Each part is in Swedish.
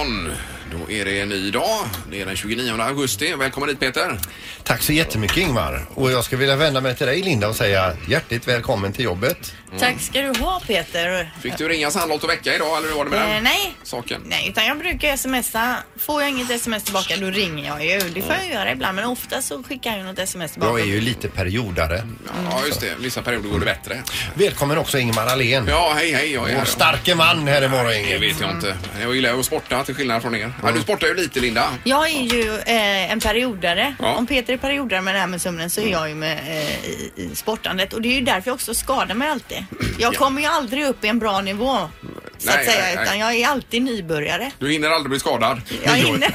morgon. Då är det en ny dag. Det är den 29 augusti. Välkommen hit Peter. Tack så jättemycket Ingmar. Och jag skulle vilja vända mig till dig Linda och säga hjärtligt välkommen till jobbet. Tack ska du ha Peter. Fick du ringa Sandholt och väcka idag eller hur var det med den nej. saken? Nej, utan jag brukar smsa. Får jag inget sms tillbaka då ringer jag ju. Det får jag göra ibland men ofta så skickar jag något sms tillbaka. Jag är ju lite periodare. Ja just det, vissa perioder går det bättre. Välkommen också Ingmar Ahlén. Ja hej, jag är här. Vår starke man här i morgon. Det vet jag inte. Jag gillar att sporta till skillnad från er. Ja, du sportar ju lite Linda. Jag är ju en periodare. Ja. Om Peter är periodare med det här med sömnen så är jag ju med i sportandet. Och det är ju därför jag också skadar mig alltid. Jag kommer ju aldrig upp i en bra nivå. Så att säga, utan jag är alltid nybörjare. Du hinner aldrig bli skadad. Jag hinner,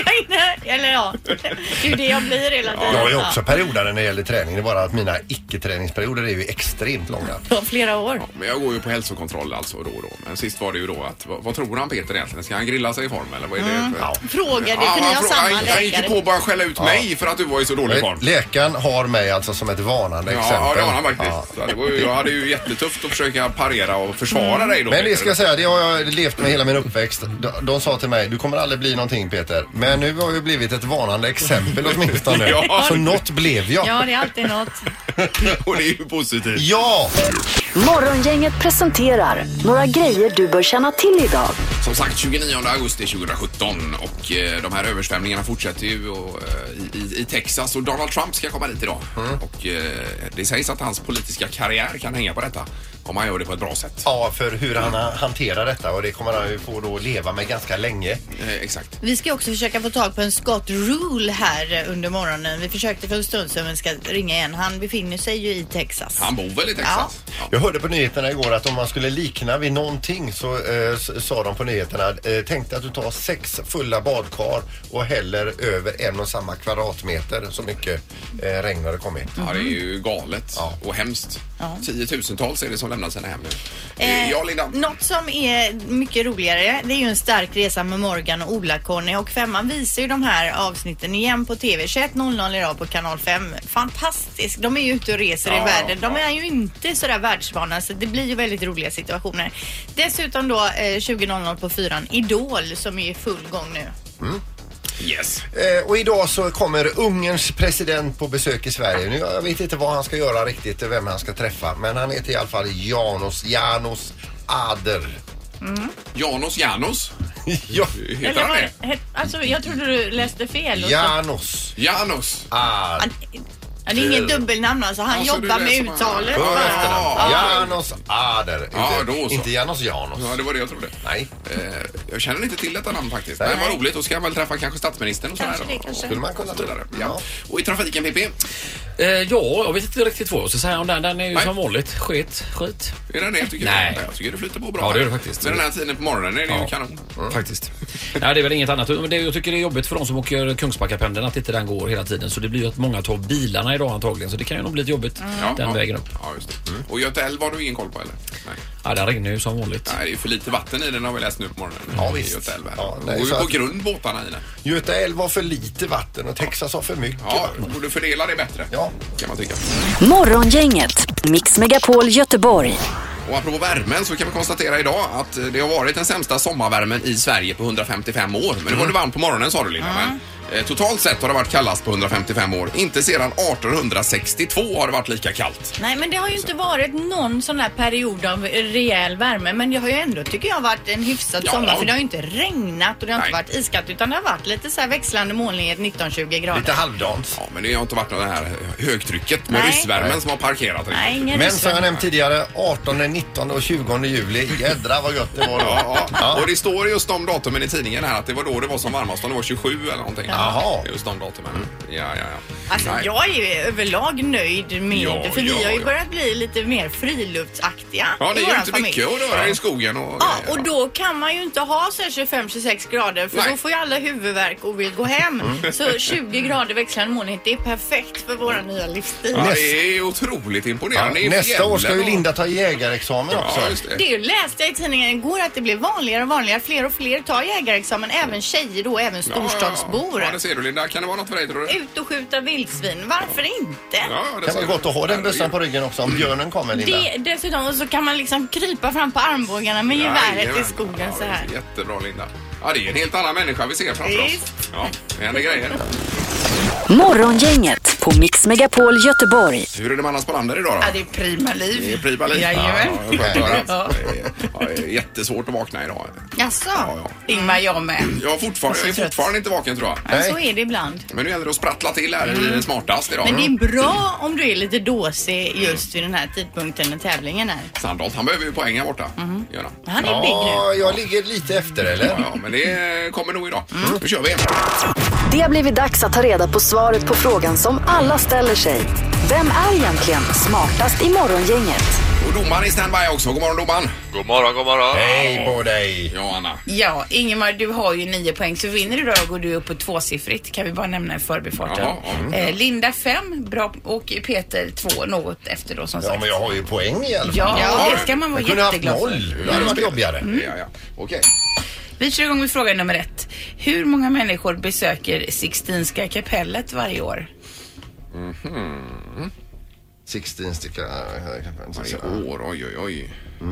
eller ja. Det är ju det jag blir hela tiden. Jag är också periodare när det gäller träning. Det är bara att mina icke-träningsperioder är ju extremt långa. Ja, flera år. Ja, men jag går ju på hälsokontroll alltså då och då. Men sist var det ju då att, vad tror han Peter egentligen? Ska han grilla sig i form eller vad är det för? Ja. Fråga det, för ni har samma läkare. Han gick ju på att bara skälla ut mig för att du var i så dålig form. Läkaren har mig alltså som ett varnande exempel. Ja, det har han faktiskt. Ja. Det var ju, jag hade ju jättetufft att försöka parera och försvara dig då. Men det ska jag säga, det har jag levt med hela min uppväxt. De sa till mig, du kommer aldrig bli någonting Peter. Men nu har jag blivit ett varnande exempel åtminstone. Ja. Så något blev jag. Ja, det är alltid något. Och det är ju positivt. Ja! Morgongänget presenterar några grejer du bör känna till idag. Som sagt 29 augusti 2017 och de här översvämningarna fortsätter ju i Texas och Donald Trump ska komma dit idag. Och det sägs att hans politiska karriär kan hänga på detta om han gör det på ett bra sätt. Ja, för hur han hanterar detta och det kommer han ju få då leva med ganska länge. Exakt. Vi ska också försöka få tag på en Scott Rule här under morgonen. Vi försökte för en stund sedan men ska ringa igen. Han befinner sig ju i Texas. Han bor väl i Texas? Ja. Jag hörde på nyheterna igår att om man skulle likna vid någonting så sa de på nyheterna tänkte att du tar 6 fulla badkar och häller över en och samma kvadratmeter så mycket regn har det kommit. Ja, det är ju galet och hemskt. Ja. 10 000-tals är det som lämnar sina hem nu. Ja, Linda. Något som är mycket roligare, det är ju en stark resa med Morgan och Ola-Conny och 5 visar ju de här avsnitten igen på TV. 21.00 idag på kanal 5. Fantastiskt. De är ju ute och reser i världen. De är ju inte sådär världsvana så det blir ju väldigt roliga situationer. Dessutom då 20.00 på 4 Idol som är i full gång nu. Yes. Och idag så kommer Ungerns president på besök i Sverige. Nu, jag vet inte vad han ska göra riktigt, vem han ska träffa. Men han heter i alla fall János Áder. János? Ja. Heter han det? Alltså jag trodde du läste fel. János Ja, Áder. det är inget dubbelnamn alltså. Han Alltså, jobbar du med läser uttalet. János Áder. då så. Inte János. Ja, det var det jag trodde. Nej. Jag känner inte till detta namn faktiskt. Nej. Men vad roligt, då ska jag väl träffa kanske statsministern och så här. Kanske. Skulle man kunna tro. Ja. Och i trafiken, Pippi? Ja, jag vet inte riktigt vad jag ska säga om den. Den är ju som vanligt. Skit. Är den det? Tycker Nej. Jag tycker det flyter på bra. Ja, det gör det faktiskt. Men den här tiden på morgonen är det ju kanon. Faktiskt. Nej, det är väl inget annat. Men jag tycker det är jobbigt för de som åker Kungsbackapendeln att inte den går hela tiden. Så det blir ju att många tar bilarna idag antagligen. Så det kan ju nog bli jobbigt den vägen upp. Ja, just det. Och Göta älv har du ingen koll på eller? Nej. Ja, den regnar ju som vanligt. Nej, det är ju för lite vatten i den har vi läst nu på morgonen. Ja, visst. Göta älv här. Ja, det går ju på grund båtarna i den. Göta älv har för lite vatten och Texas har för mycket. Ja, borde fördela det bättre. Ja. Kan man tycka. Morgongänget, Mix Megapol Göteborg. Och apropå värmen så kan vi konstatera idag att det har varit den sämsta sommarvärmen i Sverige på 155 år. Men det var det varmt på morgonen sa du Linda. Men totalt sett har det varit kallast på 155 år. Inte sedan 1862 har det varit lika kallt. Nej, men det har ju inte varit någon sån här period av rejäl värme. Men det har ju ändå, tycker jag, varit en hyfsad sommar. För det har ju inte regnat och det har inte varit iskallt. Utan det har varit lite så här växlande molnighet, 19-20 grader. Lite halvdans. Ja, men det har inte varit något det här högtrycket med ryssvärmen som har parkerat. Nej, ingen Men som jag nämnt tidigare, 18, 19 och 20 juli. Jädra vad gött det var då. Ja. Och det står just de datumen i tidningen här att det var då det var som varmast. Om det var 27 eller någonting. Jaha. Just de datumen. Ja. Alltså Nej. jag är ju överlag nöjd med det. För vi har ju börjat bli lite mer friluftsaktiga. Ja, det i är ju våran inte familj. mycket att röra i skogen. Och då kan man ju inte ha så här 25-26 grader. För då får ju alla huvudvärk och vill gå hem. Så 20 grader växlande molnighet, det är perfekt för våra nya livsstil. Ja, det är otroligt imponerande. Ja, nästa år ska ju Linda ta jägarexamen också. Ja, just det. Det läste jag i tidningen igår att det blir vanligare och vanligare. Fler och fler tar jägarexamen. Även tjejer då, även storstadsbor. Ja, det ser du Linda. Kan det vara något för dig tror du? Ut och skjuta vildsvin. Varför inte? Ja, det Kan vara gott att ha den bössan på ryggen också om björnen kommer, Linda. Dessutom så kan man liksom krypa fram på armbågarna med geväret i skogen så här. Jättebra Linda. Ja, det är en helt annan människa vi ser framför oss. Ja, det händer grejer. Morgongänget på Mix Megapol Göteborg. Hur är det med Anna Spolander idag då? Ja, det är prima liv. Det är prima liv. Jajamän. Ja, skönt att höra. Det är jättesvårt att vakna idag. Jaså? Ja. Ingmar, jag med. Jag är fortfarande inte vaken tror jag. Ja, så är det ibland. Men nu gäller det att sprattla till här i smartast idag. Men det är bra om du är lite dåsig just vid den här tidpunkten när tävlingen är. Sandholt, han behöver ju poäng här borta. Gör han. Han är big nu. Ja, jag ligger lite efter eller? Ja, men det kommer nog idag. Nu kör vi. Det har blivit dags att ta reda på svaret på frågan som alla ställer sig. Vem är egentligen smartast i morgongänget? Och domaren är standby också. God morgon domaren. God morgon, god morgon. Hej på dig. Ja, Anna. Ja, Ingemar, du har ju 9 poäng, så vinner du då går du upp på 2-siffrigt. Kan vi bara nämna i förbifarten. Linda 5, bra, och Peter 2, något efter då som sagt. Ja, men jag har ju poäng i alla fall. Ja, det ska man vara Jag kunde haft jätteglad för. 0. Det hade varit jobbigare. Ja. Okej. Vi kör igång med fråga nummer 1. Hur många människor besöker Sixtinska kapellet varje år? 16 stycken. Varje år, oj.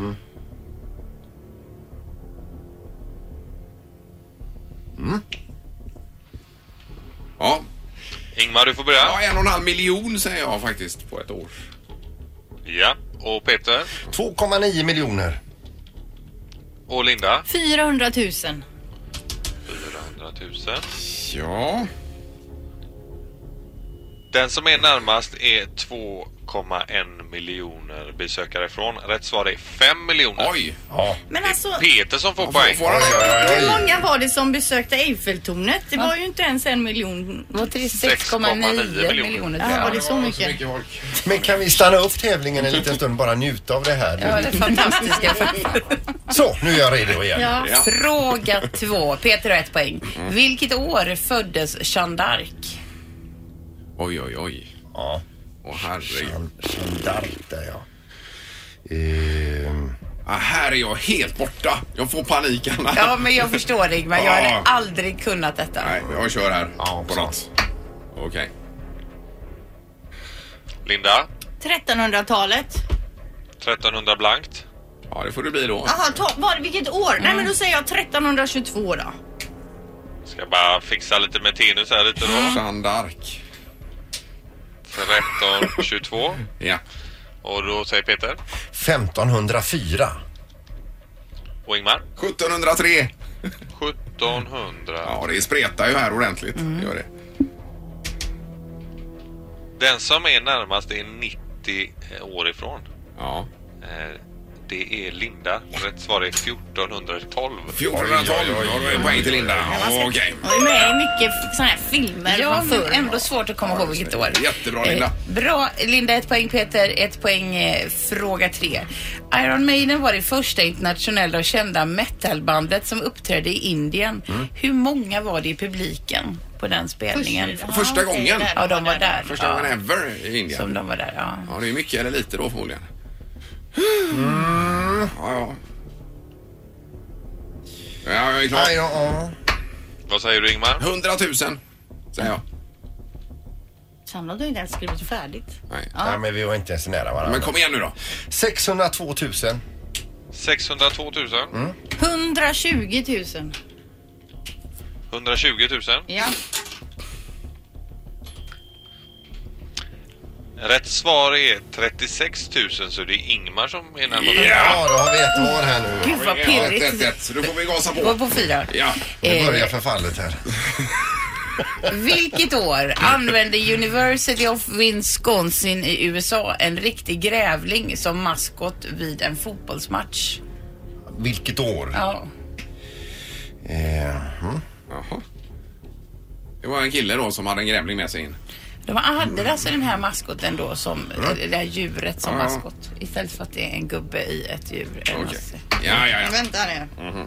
Ja. Ingmar, du får börja. Ja, 1,5 miljon säger jag faktiskt på ett år. Ja, och Peter 2,9 miljoner. och Linda 400 000. 400 000. Ja. Den som är närmast är 2,1 miljoner besökare ifrån. Rätt svar är 5 miljoner. Oj. Ja. Men alltså, Peter som får poäng. Får han det? hur många var det som besökte Eiffeltornet? Det var ju inte ens 1 miljon. Var det 6,9 miljoner tror Ja, var jag. det så Så mycket? mycket folk. Men kan vi stanna upp tävlingen en liten stund, bara njuta av det här? Ja, det är fantastiska. Så, nu är jag redo igen. Ja. Ja. Fråga 2. Peter har 1 poäng. Vilket år föddes Jeanne d'Arc? Oj. Ja. Åh herregud. Jeanne d'Arc där, ja. Här är jag helt borta. Jag får panik, Anna. Ja, men jag förstår dig, men jag hade Ja. aldrig kunnat detta. Nej, jag kör här. Ja, på något. Okej. Linda 1300-talet. 1300 blankt. Ja, det får det bli då. Jaha, vilket år? Nej, men då säger jag 1322 då. Ska bara fixa lite med tenus här lite då. Jeanne d'Arc. 1322. Ja. Och då säger Peter 1504. och Ingmar 1703. 1700. Ja, det spretar ju här ordentligt. Gör det. Den som är närmast är 90 år ifrån. Ja. Det är Linda. Rätt svar är 1412. 1412. Ja, då är poäng till Linda. Okej. Och är med i mycket sådana här filmer Ja, från men förr. ändå svårt att komma ihåg vilket år. Jättebra, Linda. Bra, Linda 1 poäng, Peter 1 poäng, fråga 3. Iron Maiden var det första internationella och kända metalbandet som uppträdde i Indien. Hur många var det i publiken på den spelningen? Första gången. Ja, de var där. Första gången ever i Indien. Som de var där, ja. Ja, det är mycket eller lite då förmodligen. Ja. Ja, jag är klar. Ja. Vad säger du Ingmar? 100 000 säger jag. Sanna, du har inte ens skrivit färdigt. Nej. Nej, men vi var inte ens nära varandra. Men kom igen nu då. 602 000. 602 000. 120 000. 120 000. Ja. Rätt svar är 36 000, så det är Ingmar som är närmast. Ja, då har vi ett år här nu. Gud vad Ja, pirrigt. ett. Då får vi gasa Gå på. på 4. Ja. Nu börjar förfallet här. Vilket år använde University of Wisconsin i USA en riktig grävling som maskot vid en fotbollsmatch? Vilket år? Ja. Jaha. Det var en kille då som hade en grävling med sig in. De hade alltså den här maskoten då som det där djuret som maskot istället för att det är en gubbe i ett djur. Okej. Ja. Vänta nu.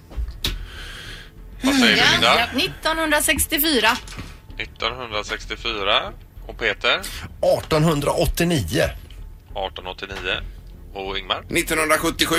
Vad säger du Linda? Ja, 1964. 1964. Och Peter? 1889. 1889. Och Ingmar? 1977.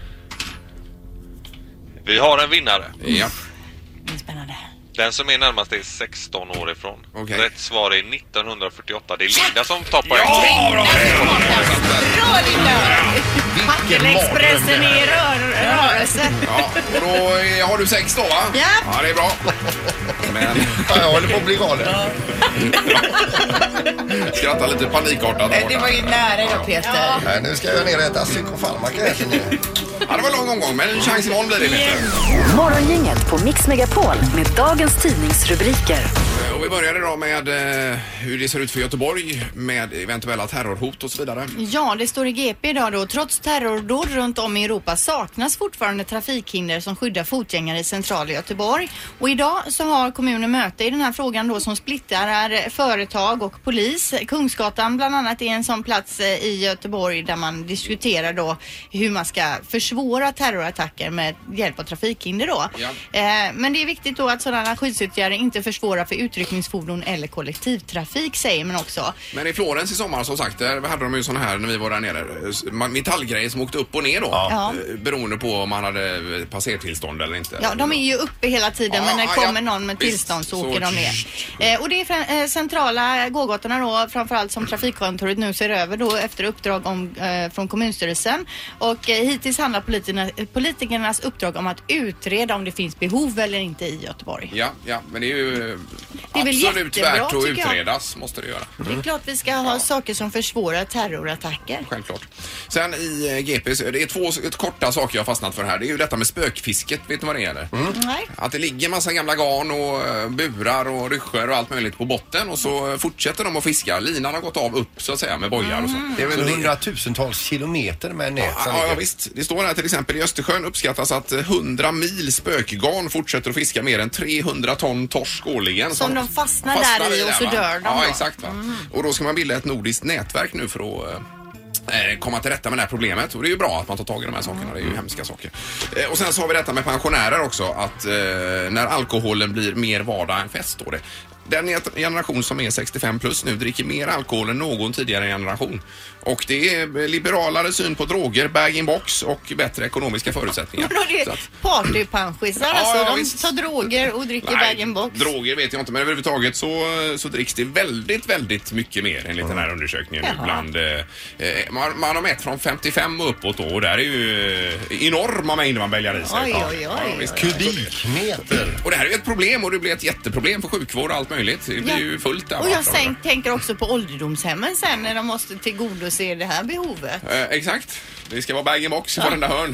Vi har en vinnare. Ja. Det är spännande. Den som är närmast är 16 år ifrån. Okej. Rätt svar är 1948. Det är Linda som tar poäng. Bra Linda! Expressen är rörelse. Ja, och då har du 6 då, va? Ja. Ja, det är bra. Men... Ja, jag håller på att bli galen. Skrattar lite panikartat. Det var ju nära då, Peter. Nej, nu ska jag ner och äta psykofarmaka här nu. Ja, det var lång omgång, men en chans imorgon blir det, Peter. Morgongänget på Mix Megapol med dagens tidningsrubriker. Och vi börjar idag med hur det ser ut för Göteborg med eventuella terrorhot och så vidare. Ja, det står i GP idag då. Trots terrordåd runt om i Europa saknas fortfarande trafikhinder som skyddar fotgängare i centrala Göteborg. Och idag så har kommunen möte i den här frågan då som splittrar företag och polis. Kungsgatan bland annat är en sån plats i Göteborg där man diskuterar då hur man ska försvåra terrorattacker med hjälp av trafikhinder då. Ja. Men det är viktigt då att sådana skyddsåtgärder inte försvårar för utryckningsfordon eller kollektivtrafik, säger man också. Men i Florens i sommar, som sagt, där hade de ju såna här när vi var där nere. Metallgrejer som åkte upp och ner då. Ja. Beroende på om man hade passertillstånd eller inte. Ja, de är ju uppe hela tiden, men när det kommer någon med Visst, tillstånd så åker de ner. Och det är centrala gågatorna då, framförallt som trafikkontoret nu ser över då efter uppdrag från kommunstyrelsen. Och hittills handlar politikernas uppdrag om att utreda om det finns behov eller inte i Göteborg. Ja, men det är ju Det är väl absolut jättebra, värt att tycker jag. utredas, måste det göra. Det är klart vi ska ha saker som försvårar terrorattacker. Självklart. Sen i GP, det är två korta saker jag har fastnat för här. Det är ju detta med spökfisket, vet ni vad det är? Nej. Att det ligger massa gamla garn och burar och ryssjor och allt möjligt på botten och så fortsätter de att fiska. Linan har gått av upp så att säga med bojar och så. Det är väl hundratusentals kilometer med nät som Ja, ligger. visst. Det står här till exempel i Östersjön uppskattas att 100 mil spökgarn fortsätter att fiska mer än 300 ton torsk årligen. Som de fastnar där i och så va? dör de Ja, då. exakt. Va? Och då ska man bilda ett nordiskt nätverk nu för att komma till rätta med det här problemet. Och det är ju bra att man tar tag i de här sakerna. Det är ju hemska saker. Och sen så har vi detta med pensionärer också. Att när alkoholen blir mer vardag än fest då det. Den generation som är 65 plus nu dricker mer alkohol än någon tidigare generation. Och det är liberalare syn på droger, bag-in-box och bättre ekonomiska förutsättningar. Men då är det partypanschisar, alltså de visst. tar droger och dricker bag-in-box. Droger vet jag inte, men överhuvudtaget så dricks det väldigt mycket mer enligt den här undersökningen. Bland, man har mätt från 55 och uppåt då, och där är ju enorma mängder man väljer i sig. Oj. Visst. Kubikmeter. Och det här är ju ett problem, och det blir ett jätteproblem för sjukvård och allt möjligt. Det blir ju fullt där. Och jag tänker också på ålderdomshemmen sen när de måste tillgodose det här behovet. Exakt. Det ska vara bag-in-box i varenda hörn.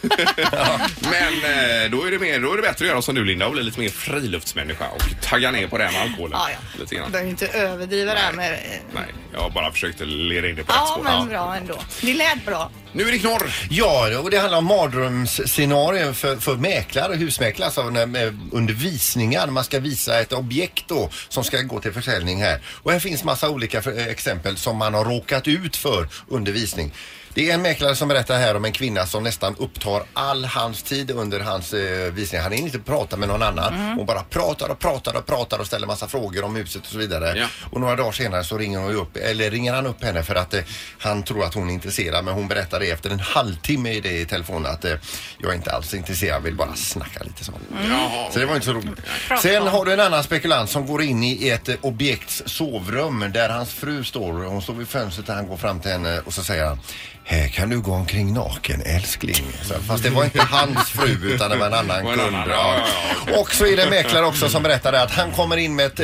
Men då är det bättre att göra som du, Linda, och bli lite mer friluftsmänniska och tagga ner på det här med alkoholen. Lite grann. Jag behöver inte överdriva det här med... Nej, jag har bara försökt leda in det på rätt Ja, spår. men bra ändå. Det lät bra. Nu är det knorr. Ja, och det handlar om mardrömsscenarier för mäklare och husmäklare, alltså under visningar. Man ska visa ett objekt då som ska gå till försäljning här. Och här finns massa olika exempel som man har råkat ut för under visning. Det är en mäklare som berättar här om en kvinna som nästan upptar all hans tid under hans visning. Han är inte prata med någon annan. Hon bara pratar och ställer massa frågor om huset och så vidare. Ja. Och några dagar senare så ringer han upp henne för att han tror att hon är intresserad. Men hon berättar det efter en halvtimme i telefonen att jag är inte alls intresserad, vill bara snacka lite så. Så det var inte så roligt. Sen har du en annan spekulant som går in i ett objekts sovrum där hans fru står. Hon står vid fönstret och han går fram till henne och så säger han: här kan du gå omkring naken, älskling. Fast det var inte hans fru utan det var en annan kund. Ja. Och så är det en mäklare också som berättade att han kommer in med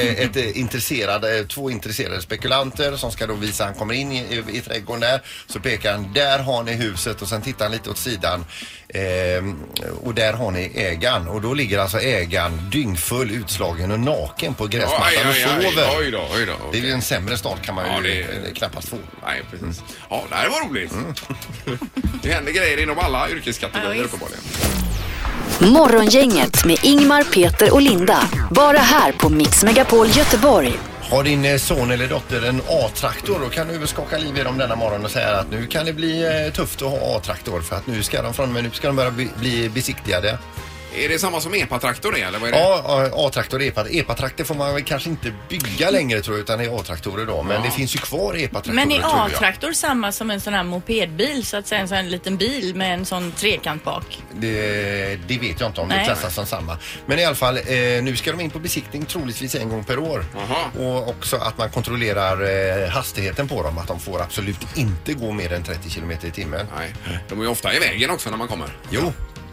två intresserade spekulanter som ska då visa. Han kommer in i trädgården där, så pekar han: där har ni huset, och sen tittar han lite åt sidan. Och där har ni ägaren, och då ligger alltså ägaren dyngfull, utslagen och naken på gräsmattan och sover. Oj då, okay. Det är ju en sämre start kan man ju knappast få. Nej, precis. Ja, det här var roligt. Det händer grejer inom alla yrkeskategorier uppenbarligen. Morgongänget med Ingmar, Peter och Linda. Bara här på Mix Megapol Göteborg. Har din son eller dotter en A-traktor, då kan du väl skaka liv i dem denna morgon och säga att nu kan det bli tufft att ha A-traktor, för att nu ska de börja bli besiktigade. Är det samma som EPA-traktor det, eller vad är det? Ja, A-traktor och EPA. EPA-traktor får man väl kanske inte bygga längre tror jag, utan det är A-traktorer då. Men det finns ju kvar EPA-traktorer. Men är A-traktor samma som en sån här mopedbil, så att säga en sån här liten bil med en sån trekant bak? Det vet jag inte om det klassas som samma. Men i alla fall, nu ska de in på besiktning troligtvis en gång per år. Och också att man kontrollerar hastigheten på dem. Att de får absolut inte gå mer än 30 km i timmen. Nej, de är ju ofta i vägen också när man kommer. Jo.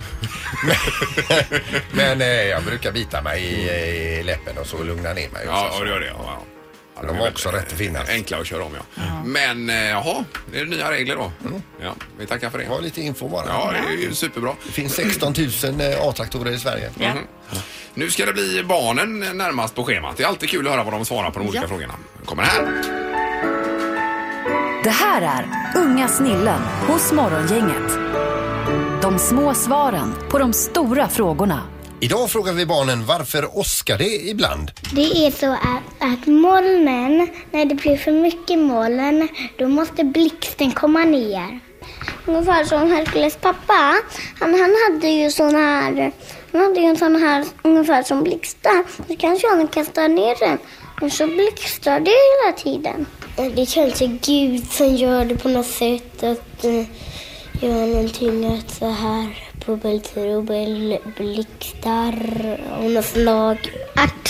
men jag brukar bita mig i läppen och så lugna ner mig. Ja, och det gör det. Ja. De har också rätt att finnas. Enkla att köra om, ja. Men jaha, det är nya regler då. Ja, vi tackar för det. Det var lite info bara. Ja, det är ju superbra. Det finns 16 000 A-traktorer i Sverige. Nu ska det bli barnen närmast på schemat. Det är alltid kul att höra vad de svarar på de olika frågorna. Kommer här. Det här är Unga snillen hos Morgongänget. De små svaren på de stora frågorna. Idag frågar vi barnen varför åskar det ibland. Det är så att molnen, när det blir för mycket moln, då måste blixten komma ner. Ungefär som Herkules pappa, han hade ju sån här, ungefär som blixtar. Så kanske han kastar ner den och så blixtrar det hela tiden. Det kanske är Gud som gör det på något sätt, att göra någonting att så här bubbel blixtar och något slag. Att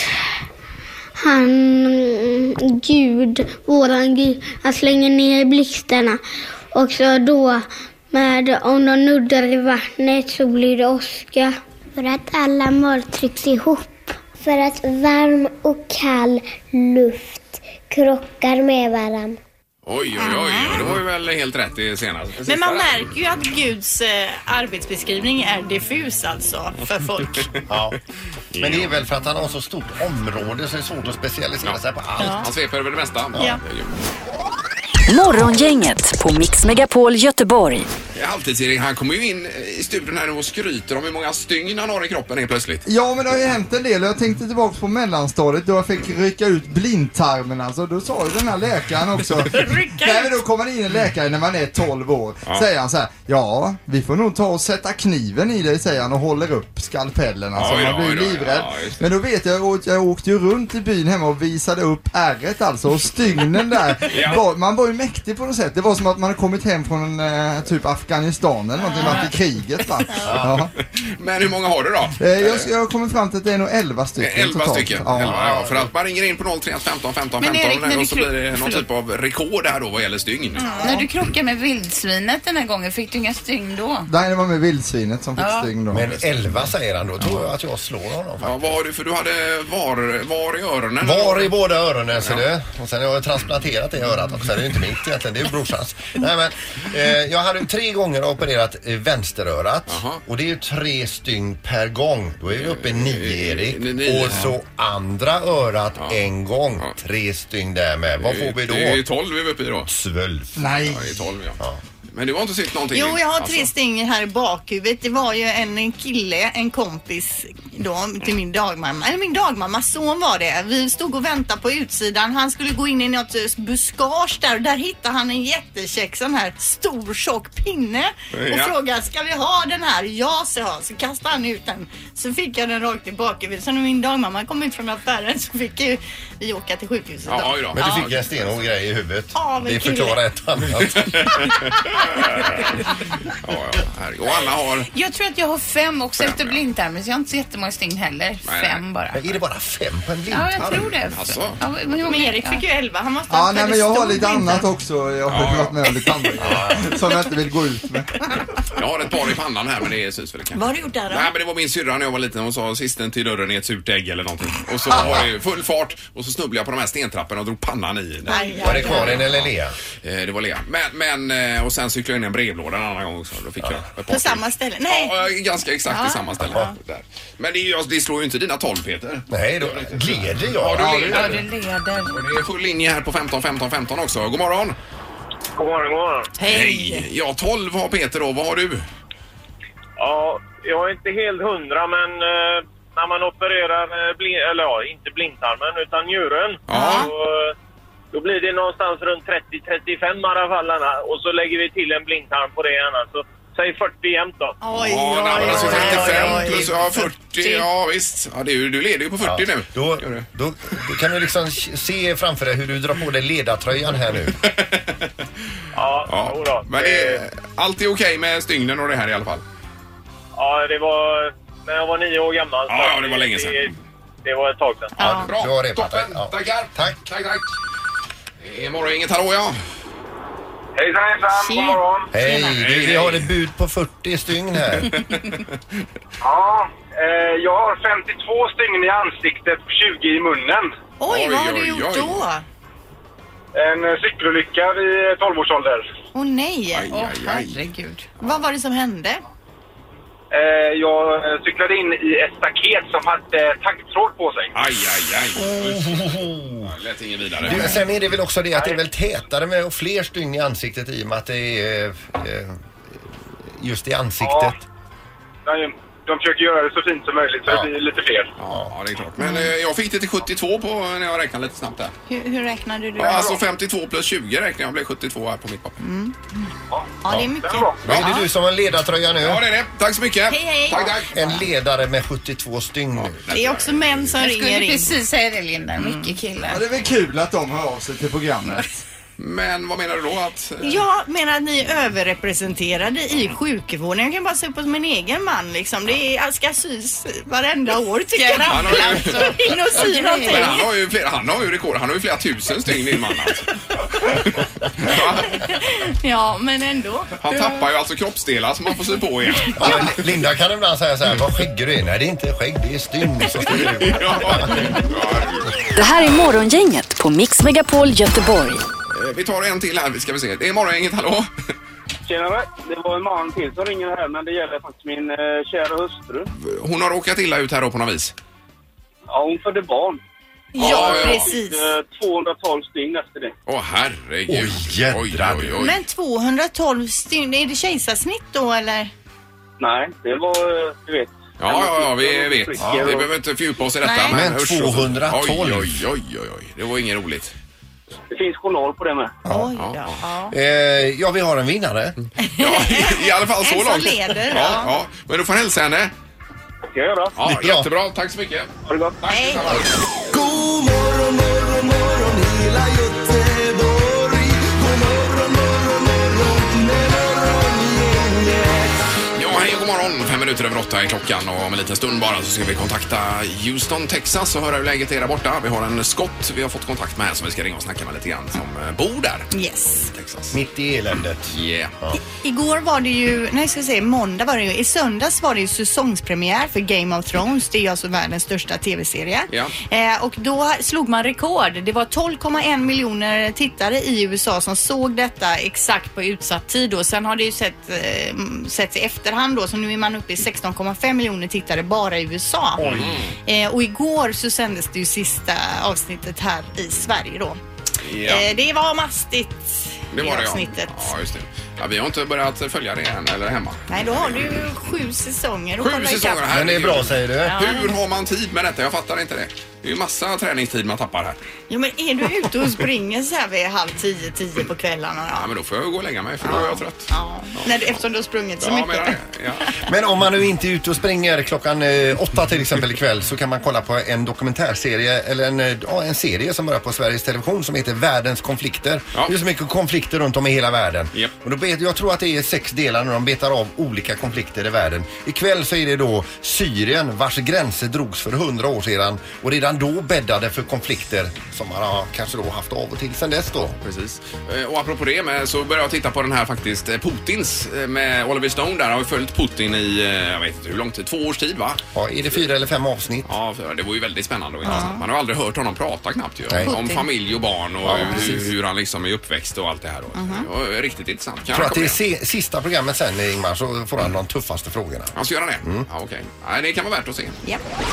våran Gud, att slänga ner blixtarna. Och så då, om de nuddar i vattnet så blir det åska. För att alla moln trycks ihop. För att varm och kall luft krockar med varandra. Oj, det var ju väl helt rätt i senast. Men man märker ju att Guds arbetsbeskrivning är diffus alltså för folk. Ja. Men det är väl för att han har så stort område så det är svårt att specialisera sig på allt. Han sveper över det mesta. Ja. Morgongänget på Mix Megapol Göteborg. Halvtids-Erik, han kommer ju in i studion här och skryter om hur många stygn han har i kroppen helt plötsligt. Ja, men det har ju hänt en del. Jag tänkte tillbaka på mellanstadiet då jag fick rycka ut blindtarmen. Alltså, då sa ju den här läkaren också. Nej, men då kommer det in en läkare när man är 12 år. Säger han så här: ja, vi får nog ta och sätta kniven i dig, säger han, och håller upp skalpellen. Alltså, man blir livrädd. Men då vet jag åkte ju runt i byn hemma och visade upp ärret alltså. Och stygnen där, man var ju mäktig på något sätt. Det var som att man hade kommit hem från en typ Afghanistan eller någonting, varit i kriget va? Ja. Men hur många har du då? Jag har kommit fram till att det är nog 11 stycken 11 totalt. stycken? Ja. 11, ja. För att man ringer in på 031 15 15 15 Erik, och så blir det någon typ av rekord här då vad gäller stygn. När du krockade med vildsvinet den här gången, fick du inga stygn då? Nej, det var med vildsvinet som fick stygn då. Men 11 säger han då, tror jag att jag slår honom. Ja, vad har du? För du hade var i öronen? Var i båda öronen, ser du. Och sen har jag transplanterat det i örat också. Det är ju inte mitt egentligen, det är brorsans. Nej, men jag hade 3 gånger opererat vänsterörat. Och det är ju 3 stygn per gång. Då är vi uppe i 9, Erik. Och så andra örat en gång. 3 stygn där med. Vad får vi då? Det är ju 12 vi är uppe i då. 12. Nej. Ja, det är 12, ja. Men du har inte sett någonting? Jo, jag har 3 stycken här i bakhuvudet. Det var ju en kille, en kompis då till min dagmamma. Eller min dagmammas son var det. Vi stod och väntade på utsidan. Han skulle gå in i något buskage där. Och där hittade han en jättekäck sån här stor tjock pinne. Och frågade, ska vi ha den här? Ja, sa jag. Så kastade han ut den. Så fick jag den rakt i bakhuvudet. Så när min dagmamma kom ut från affären så fick vi åka till sjukhuset. Ja, men du fick en stenhård grej i huvudet. Ja, det förklarar ett annat. Och Anna har... Jag tror att jag har 5 också efter blindtarmen, så jag har inte så jättemånga stygn heller. 5 bara. Men är det bara 5 på en blindtarm? Ja, jag tror det. Alltså. Ja, men Erik fick ju 11. Han måste ha nej, men jag har lite annat också. Jag har varit med om lite annat som jag inte vill gå ut med. Jag har ett par i pannan här, men det syns väl kanske. Vad har du gjort där då? Nej, men det var min syrra när jag var liten. Hon sa sisten till dörren i ett surt ägg eller någonting. Och så var det full fart och så snubblade jag på de här stentrapporna och drog pannan i. Var det Karin eller Lea? Det var Lea. Men och sen cyklade jag in i en brevlåda en annan gång också. Då fick jag på samma ställe? Nej. Ja, ganska exakt i samma ställe. Där. Men det slår ju inte dina 12, Peter. Nej, då leder jag. Ja, du leder. Ja, du leder. Och det är full linje här på 15 15 15 också. God morgon. God morgon. Hej. Ja, 12 har Peter då. Vad har du? Ja, jag är inte helt 100, men när man opererar, inte blindtarmen utan njuren, då blir det någonstans runt 30-35 i alla fall. Och så lägger vi till en blindtarm på det annars. Så Säg 40 jämnt då. Alltså 35 plus 40, ja visst. Ja, du leder ju på 40 nu. Då kan du liksom se framför dig hur du drar på dig ledartröjan här nu. Ja. Men allt är okej med stygnen och det här i alla fall? Ja, det var när jag var 9 år gammal. Ja, det var länge sedan. Det var ett tag sedan. Ja, bra. Du har repat dig. Toppen. Tackar. Tack. Det är morgon, inget hallå, ja. Hejsan, god morgon. Hej, vi har ett bud på 40 stygn här. Ja, jag har 52 stygn i ansiktet och 20 i munnen. Oj, vad har du gjort då? En cykelolycka vid 12-årsålder. Åh nej. Herregud. Vad var det som hände? Jag cyklade in i ett staket som hade taggtråd på sig. Aj. Lät ingen vidare. Sen är det väl också det att det är väl tätare med och fler stygn i ansiktet i och med att det är just i ansiktet. Ja, de försöker göra det så fint som möjligt så det blir lite fler. Ja, det är klart. Men jag fick det till 72 på när jag räknade lite snabbt där. Hur räknade du? Ja, alltså 52 plus 20 räknade jag, blev 72 här på mitt papper. Ja, det är mycket. Är det du som har ledartröja nu? Ja, det är det. Tack så mycket. Hej. Tack. En ledare med 72 stygn. Det är också män som Jag ringer skulle in. precis säga det, Linda. Mycket killar. Ja, det är väl kul att de hör av sig till programmet. Men vad menar du då? Att, Jag menar att ni är överrepresenterade i sjukvården. Jag kan bara se på min egen man liksom. Det är, jag ska sys varenda år tycker jag. Han har ju- In och sy någonting. men han har ju rekord. Han har ju flera tusen stygn din man alltså. Ja, men ändå. Han tappar ju alltså kroppsdelar som man får sy på igen. Ja, Linda kan ibland säga så här, vad skägger du är? Nej, det är inte skägg, det är stygn som stiger ut. Det här är Morgongänget på Mix Megapol Göteborg. Vi tar en till här, ska vi se. Det är morgon, inget hallå. Tjenare, det var en man till som ringer här men det gäller faktiskt min kära hustru. Hon har råkat illa ut här då på något vis. Ja, hon födde barn. Ja, precis. 212 stygn efter det. Åh herregud. Oj. Men 212 stygn, är det kejsarsnitt då eller? Nej, det var, du vet. Ja, vi vet. Vi behöver inte fördjupa oss i detta. Nej. Men usch, 212. Oj. Det var inget roligt. Det finns journal på det med. Oj, Ja, vi har en vinnare. Ja, i alla fall så En som långt. leder, Ja. Men du får hälsa henne. Ska jag göra? Ja, Bra. jättebra. Tack så mycket. Ha det gott. Tack. Hej. God morgon, morgon, morgon hela Göteborg. God morgon, morgon, morgon med morgongänget. Ja, hej och god morgon. 5:05 är klockan och om en liten stund bara så ska vi kontakta Houston, Texas och höra hur läget är där borta. Vi har en skott vi har fått kontakt med som vi ska ringa och snacka med lite grann som bor där. Yes. Texas. Mitt i eländet. Yeah. Igår var det ju, nej ska jag säga måndag var det ju, i söndags var det ju säsongspremiär för Game of Thrones. Det är ju alltså världens största tv-serie. Ja. Och då slog man rekord. Det var 12,1 miljoner tittare i USA som såg detta exakt på utsatt tid och sen har det ju setts i efterhand då, så nu är man uppe i 16,5 miljoner tittare bara i USA. Och igår så sändes det ju sista avsnittet här i Sverige då. Ja. Det var mastigt. Det var det, avsnittet. Ja, just det. Ja, vi har inte börjat följa det än, eller hemma. Nej, då har du ju 7 säsonger. 7 säsonger här. Men det är bra, säger du. Hur har man tid med detta? Jag fattar inte det. Det är ju massa träningstid man tappar här. Jo, men är du ute och springer så här vid 9:30 på kvällarna då? Ja, men då får jag gå och lägga mig för då är jag trött. Ja. Eftersom du har sprungit så mycket. Menar det. Ja. Men om man nu inte är ute och springer klockan 8 till exempel ikväll så kan man kolla på en dokumentärserie eller en serie som börjar på Sveriges Television som heter Världens konflikter. Ja. Det är så mycket konflikter runt om i hela världen. Yep. Och då jag tror att det är 6 delar när de betar av olika konflikter i världen. Ikväll så är det då Syrien vars gränser drogs för 100 år sedan och redan då bäddade för konflikter som man har kanske då haft av och till sedan dess då. Precis. Och apropå det så börjar jag titta på den här faktiskt Putins med Oliver Stone där. Har vi följt Putin i, jag vet inte hur lång tid, 2 års tid va? Ja, är det 4 eller 5 avsnitt? Ja, det var ju väldigt spännande och intressant. Man har aldrig hört honom prata knappt ju. Nej. Om familj och barn och hur han liksom är uppväxt och allt det här då. Det var riktigt intressant. Jag tror att det är sista programmet sen, Ingmar, så får han de tuffaste frågorna. Han ska göra det? Ja, okej. Nej, det kan vara värt att se. Ja.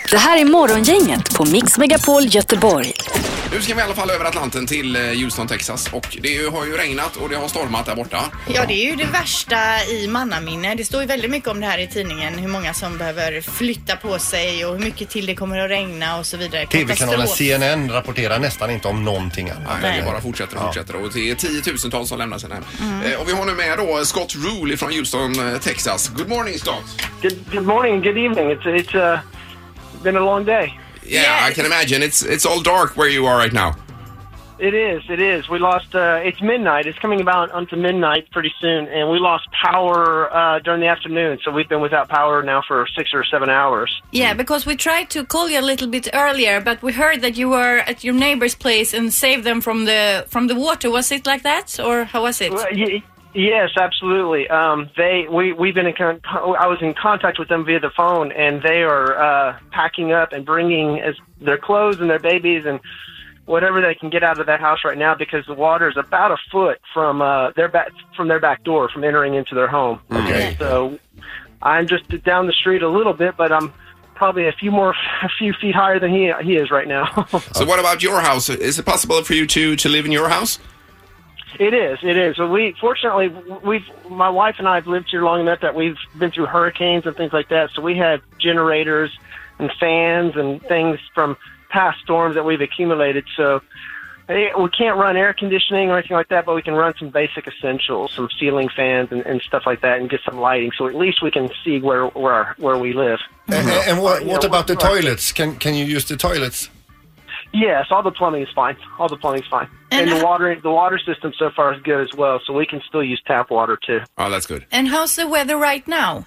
Det här är Morgongänget på Mix Megapol Göteborg. Nu ska vi i alla fall över Atlanten till Houston, Texas. Och det har ju regnat och det har stormat där borta. Ja, det är ju det värsta i mannaminne. Det står ju väldigt mycket om det här i tidningen. Hur många som behöver flytta på sig och hur mycket till det kommer att regna och så vidare. TV-kanalen CNN rapporterar nästan inte om någonting annat. Nej, det bara fortsätter och fortsätter. Och det är 10-tusentals som lämnar sin hem. Och vi har nu med då Scott Rule från Houston, Texas. Good morning, Scott. Good morning, good evening. It's been a long day. Yeah, I can imagine. It's all dark where you are right now. It is. We lost, it's midnight. It's coming about onto midnight pretty soon, and we lost power during the afternoon, so we've been without power now for 6 or 7 hours. Yeah, because we tried to call you a little bit earlier, but we heard that you were at your neighbor's place and saved them from the water. Was it like that, or how was it? Yes, absolutely. We've been I was in contact with them via the phone, and they are packing up and bringing their clothes and their babies and whatever they can get out of that house right now, because the water is about a foot from their back door from entering into their home. Okay. So I'm just down the street a little bit, but I'm probably a few feet higher than he is right now. So what about your house? Is it possible for you to live in your house? It is. So fortunately, my wife and I have lived here long enough that we've been through hurricanes and things like that. So we have generators and fans and things from past storms that we've accumulated. So we can't run air conditioning or anything like that, but we can run some basic essentials, some ceiling fans and stuff like that, and get some lighting. So at least we can see where we live. And what about the toilets? Can you use the toilets? Yes, all the plumbing is fine. And the water system so far is good as well, so we can still use tap water too. Oh, that's good. And how's the weather right now?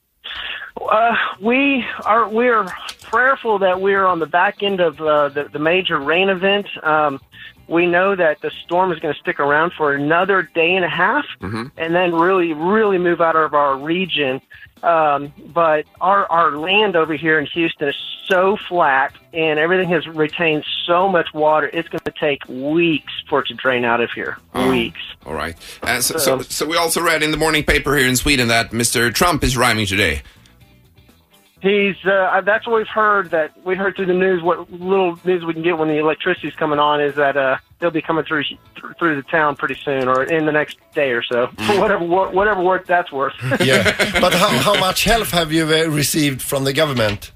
We're prayerful that we're on the back end of the major rain event. We know that the storm is going to stick around for another day and a half, and then really, really move out of our region. But our land over here in Houston is so flat, and everything has retained so much water. It's going to take weeks for it to drain out of here. Weeks. All right. So we also read in the morning paper here in Sweden that Mr. Trump is arriving today. He's that's what we've heard. That we heard through the news. What little news we can get when the electricity's coming on is that they'll be coming through the town pretty soon, or in the next day or so. For whatever work that's worth. Yeah, but how much help have you received from the government?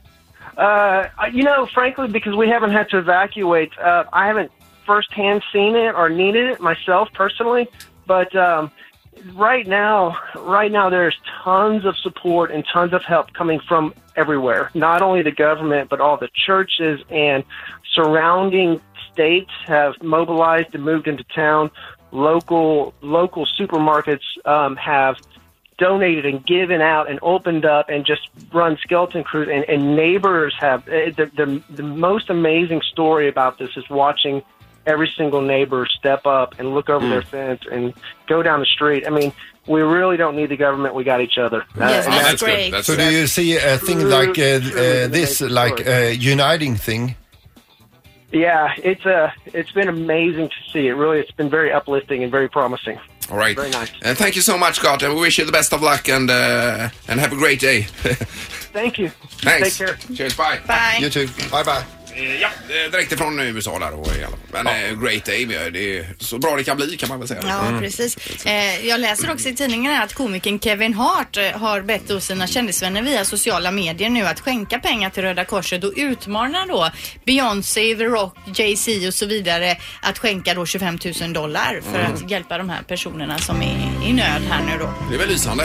Frankly, because we haven't had to evacuate, I haven't firsthand seen it or needed it myself personally, but. Right now, there's tons of support and tons of help coming from everywhere. Not only the government, but all the churches and surrounding states have mobilized and moved into town. Local supermarkets have donated and given out and opened up and just run skeleton crews. And neighbors have the most amazing story about this is watching every single neighbor step up and look over their fence and go down the street. I mean, we really don't need the government. We got each other. Yes, that's great. So do you see a thing like this, like a uniting thing? Yeah, it's been amazing to see. It's been very uplifting and very promising. All right. Very nice. Thank you so much, Scott, and we wish you the best of luck and have a great day. Thank you. Thanks. Take care. Cheers, bye. Bye. You too. Bye bye. Ja, direkt ifrån USA där då. Men Great Day, det är så bra det kan bli kan man väl säga. Ja, precis. Jag läser också i tidningen att komikern Kevin Hart har bett då sina kändisvänner via sociala medier nu att skänka pengar till Röda Korset och utmanar då Beyoncé, The Rock, Jay-Z och så vidare att skänka då $25,000 för att hjälpa de här personerna som är i nöd här nu då. Det är väl lysande.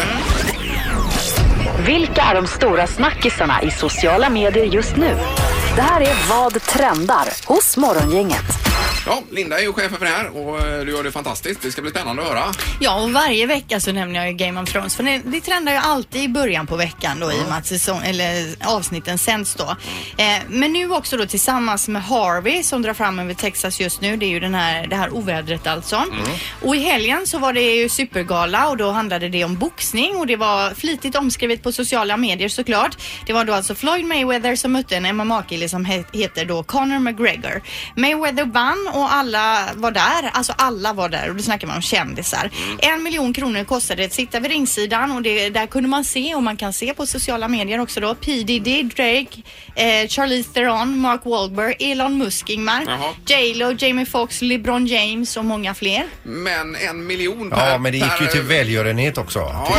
Vilka är de stora snackisarna i sociala medier just nu? Det här är Vad trendar hos Morgongänget. Ja, Linda är ju chef för det här och du gör det fantastiskt. Det ska bli spännande att höra. Ja, och varje vecka så nämner jag ju Game of Thrones. För det trendar ju alltid i början på veckan då i och med att avsnitten sänds då. Men nu också då tillsammans med Harvey som drar fram över Texas just nu. Det är ju det här ovädret alltså. Och i helgen så var det ju supergala och då handlade det om boxning och det var flitigt omskrivet på sociala medier såklart. Det var då alltså Floyd Mayweather som mötte en MMA-kille som heter då Conor McGregor. Mayweather vann och alla var där. Alltså alla var där och då snackar man om kändisar. 1 miljon kronor kostade det att sitta vid ringsidan och där kunde man se, och man kan se på sociala medier också då, P. Diddy, Drake, Charlize Theron, Mark Wahlberg, Elon Musk, J.Lo, Jamie Foxx, LeBron James och många fler. Men 1 miljon per... Ja, men det gick ju till välgörenhet också.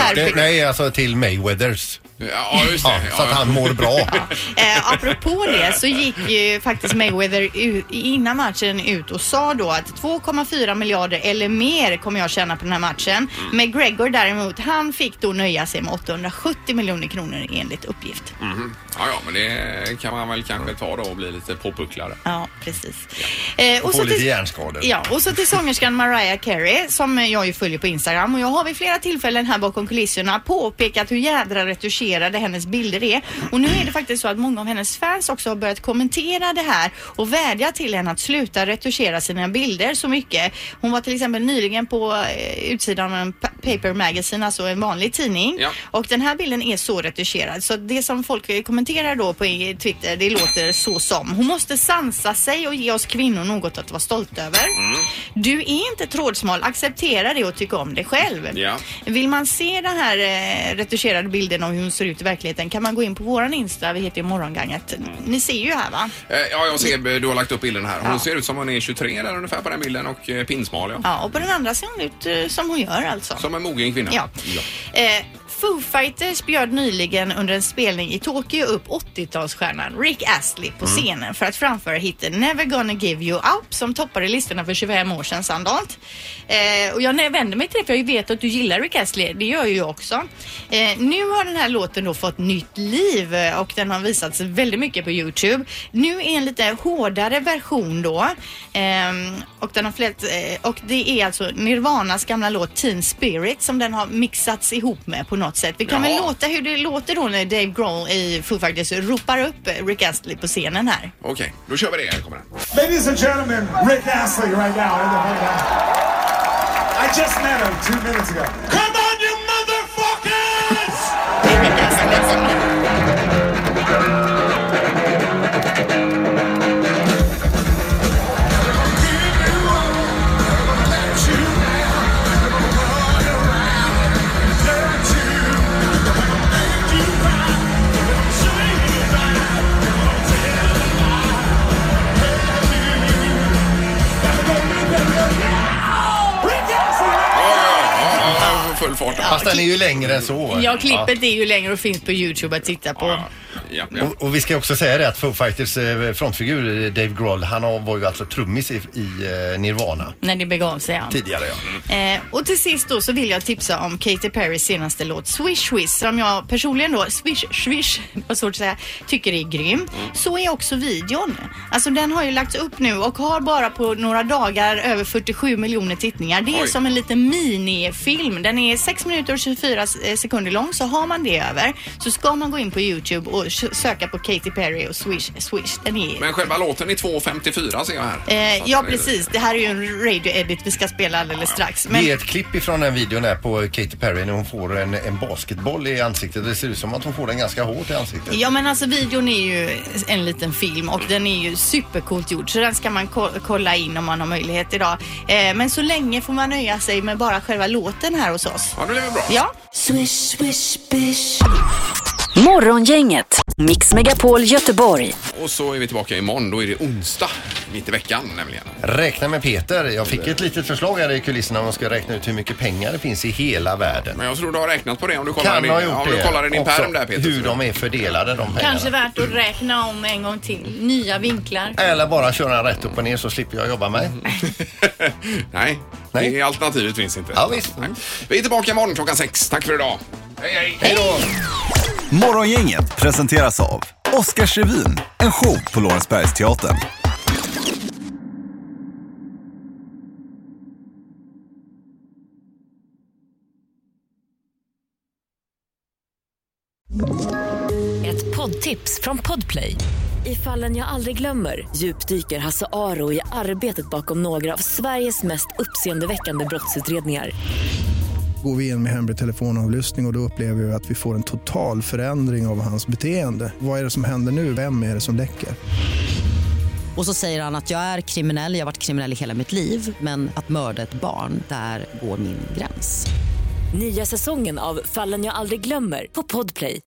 Till Mayweathers. Ja, just det. Så att han mår bra. Apropå det så gick ju faktiskt Mayweather innan matchen ut och sa då att 2,4 miljarder eller mer kommer jag tjäna på den här matchen. McGregor däremot, han fick då nöja sig med 870 miljoner kronor enligt uppgift. Ja, men det kan man väl kanske ta då och bli lite påpucklare. Ja, precis. Och få lite hjärnskador. Ja, och så till sångerskan Mariah Carey som jag ju följer på Instagram, och jag har vid flera tillfällen här bakom kulisserna påpekat hur jädra retuscherade hennes bilder är. Och nu är det faktiskt så att många av hennes fans också har börjat kommentera det här och vädja till henne att sluta retuschera sina bilder så mycket. Hon var till exempel nyligen på utsidan av en Paper Magazine, alltså en vanlig tidning. Ja. Och den här bilden är så retuscherad. Så det som folk kommenterar då på Twitter, det låter så som: hon måste sansa sig och ge oss kvinnor något att vara stolt över. Du är inte trådsmal, acceptera det och tycka om det själv. Ja. Vill man se den här retuscherade bilden av hur hon ser ut i verkligheten kan man gå in på våran Insta, vi heter ju Morgonganget. Ni ser ju här, va? Ja, jag ser, du har lagt upp bilden här. Hon ser ut som hon är 23 där ungefär på den bilden och pinsmal. Ja, och på den andra ser hon ut som hon gör alltså. Som en mogen kvinna. Ja. Foo Fighters bjöd nyligen under en spelning i Tokyo upp 80-talsstjärnan Rick Astley på scenen för att framföra hitten Never Gonna Give You Up som toppade listorna för 25 år sedan sannolikt. Och jag vänder mig till det för jag vet att du gillar Rick Astley, det gör ju jag också. Nu har den här låten då fått nytt liv och den har visats väldigt mycket på YouTube. Nu är en lite hårdare version då och den har och det är alltså Nirvanas gamla låt Teen Spirit som den har mixats ihop med på något sätt. Vi kan väl låta hur det låter då när Dave Grohl i Foo Fighters ropar upp Rick Astley på scenen här. Okej, då kör vi det. Här kommer den. Ladies and gentlemen, Rick Astley right now in the Morgan. I just met him 2 minutes ago. Come on, you motherfuckers! Rick Astley. Full fart. Fast den är ju längre än så. Ja, klippet är ju längre och finns på YouTube att titta på. Ja. Och vi ska också säga det att Foo Fighters frontfigur Dave Grohl, han var ju alltså trummis i Nirvana. När det begav sig, ja. Tidigare, ja. Och till sist då så vill jag tipsa om Katy Perrys senaste låt Swish Swish, som jag personligen då, Swish, vad svårt att säga, tycker är grym. Så är också videon. Alltså den har ju lagts upp nu och har bara på några dagar över 47 miljoner tittningar. Det är som en liten minifilm. Den är 6 minuter och 24 sekunder lång, så har man det över så ska man gå in på YouTube och söka på Katy Perry och Swish. Den är... Men själva låten är 2.54 ser jag här. Ja, precis. Det här är ju en radio-edit vi ska spela alldeles strax. Men... Det är ett klipp ifrån den videon här på Katy Perry när hon får en basketboll i ansiktet. Det ser ut som att hon får den ganska hårt i ansiktet. Ja, men alltså videon är ju en liten film och den är ju supercoolt gjord, så den ska man kolla in om man har möjlighet idag. Men så länge får man nöja sig med bara själva låten här hos oss. Ja, det blir bra. Ja. Swish, swish, bish. Morgongänget, Mix Megapol Göteborg. Och så är vi tillbaka imorgon, då är det onsdag mitt i veckan nämligen. Räkna med Peter. Jag fick ett litet förslag här i kulisserna om man ska räkna ut hur mycket pengar det finns i hela världen. Men jag tror du har räknat på det om du kollar i din pärm där, Peter. Hur de är fördelade, de pengarna. Kanske värt att räkna om en gång till. Nya vinklar. Eller bara köra rätt upp och ner så slipper jag jobba med. Nej. Det alternativet finns inte. Ja, visst. Nej. Vi är tillbaka imorgon klockan 6. Tack för idag. Hej. Hej då. Morgongänget presenteras av Oscarsrevyn, en show på Lorensbergsteatern. Ett poddtips från Podplay. I Fallen jag aldrig glömmer djupdyker Hasse Aro i arbetet bakom några av Sveriges mest uppseendeväckande brottsutredningar. Går vi in med hemlig telefonavlyssning och då upplever vi att vi får en total förändring av hans beteende. Vad är det som händer nu? Vem är det som läcker? Och så säger han att jag är kriminell, jag har varit kriminell i hela mitt liv. Men att mörda ett barn, där går min gräns. Nya säsongen av Fallen jag aldrig glömmer på Podplay.